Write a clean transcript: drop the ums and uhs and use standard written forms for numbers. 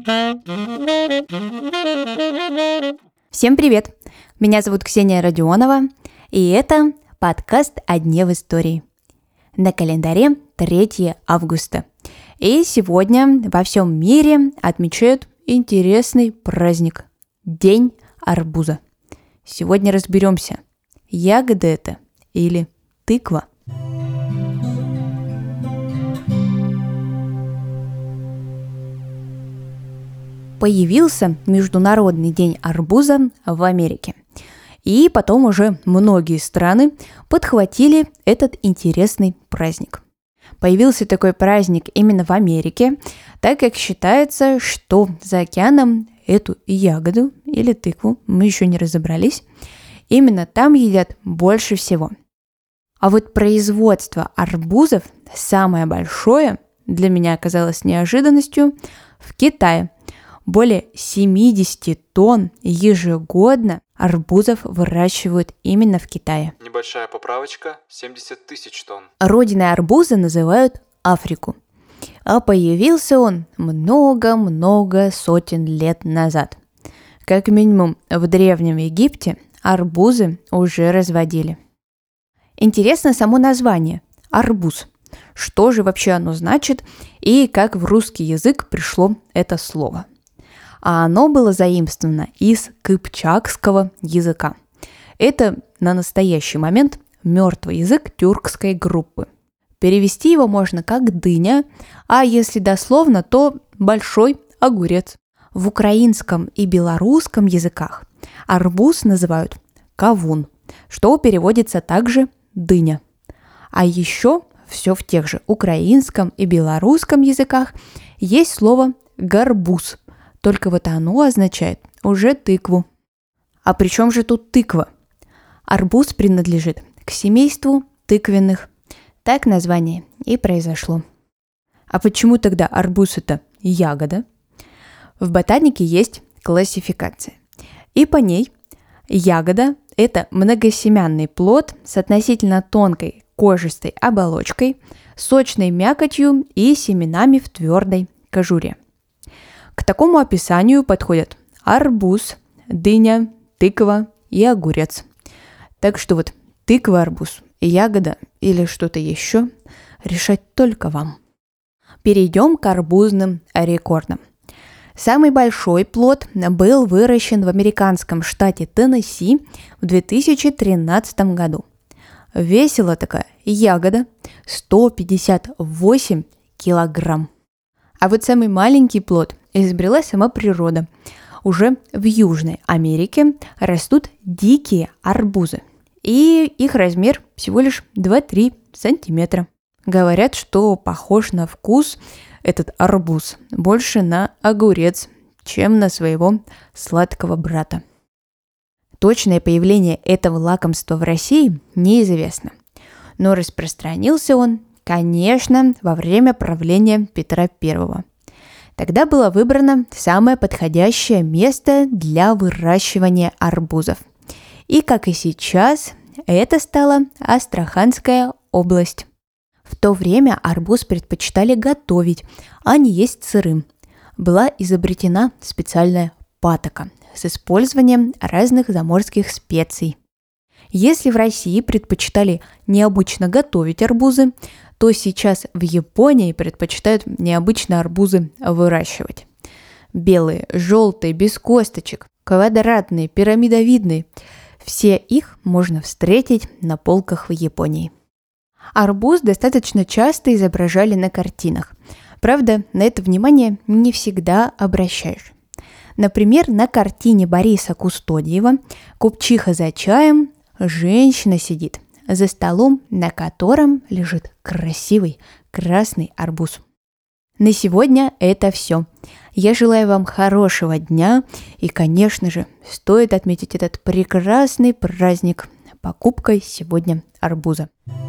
Всем привет! Меня зовут Ксения Родионова, и это подкаст «О дне в истории». На календаре 3 августа. И сегодня во всем мире отмечают интересный праздник – День арбуза. Сегодня разберемся, ягода это или тыква. Появился Международный день арбуза в Америке. И потом уже многие страны подхватили этот интересный праздник. Появился такой праздник именно в Америке, так как считается, что за океаном эту ягоду или тыкву, мы еще не разобрались, именно там едят больше всего. А вот производство арбузов самое большое, для меня оказалось неожиданностью, в Китае. Более 70 тонн ежегодно арбузов выращивают именно в Китае. Небольшая поправочка, 70 тысяч тонн. Родиной арбуза называют Африку. А появился он много-много сотен лет назад. Как минимум в Древнем Египте арбузы уже разводили. Интересно само название – арбуз. Что же вообще оно значит и как в русский язык пришло это слово? А оно было заимствовано из кыпчакского языка. Это на настоящий момент мертвый язык тюркской группы. Перевести его можно как дыня, а если дословно, то большой огурец. В украинском и белорусском языках арбуз называют кавун, что переводится также дыня. А еще все в тех же украинском и белорусском языках есть слово гарбуз. Только вот оно означает уже тыкву. А при чем же тут тыква? Арбуз принадлежит к семейству тыквенных. Так название и произошло. А почему тогда арбуз это ягода? В ботанике есть классификация. И по ней ягода – это многосемянный плод с относительно тонкой кожистой оболочкой, сочной мякотью и семенами в твердой кожуре. К такому описанию подходят арбуз, дыня, тыква и огурец. Так что вот тыква, арбуз, ягода или что-то еще решать только вам. Перейдем к арбузным рекордам. Самый большой плод был выращен в американском штате Теннесси в 2013 году. Весила такая ягода 158 килограмм. А вот самый маленький плод изобрела сама природа. Уже в Южной Америке растут дикие арбузы. И их размер всего лишь 2-3 сантиметра. Говорят, что похож на вкус этот арбуз больше на огурец, чем на своего сладкого брата. Точное появление этого лакомства в России неизвестно. Но распространился он, конечно, во время правления Петра I. Тогда было выбрано самое подходящее место для выращивания арбузов. И, как и сейчас, это стала Астраханская область. В то время арбуз предпочитали готовить, а не есть сырым. Была изобретена специальная патока с использованием разных заморских специй. Если в России предпочитали необычно готовить арбузы, то сейчас в Японии предпочитают необычно арбузы выращивать. Белые, желтые, без косточек, квадратные, пирамидовидные – все их можно встретить на полках в Японии. Арбуз достаточно часто изображали на картинах. Правда, на это внимание не всегда обращаешь. Например, на картине Бориса Кустодиева «Купчиха за чаем» женщина сидит за столом, на котором лежит красивый красный арбуз. На сегодня это все. Я желаю вам хорошего дня и, конечно же, стоит отметить этот прекрасный праздник покупкой сегодня арбуза.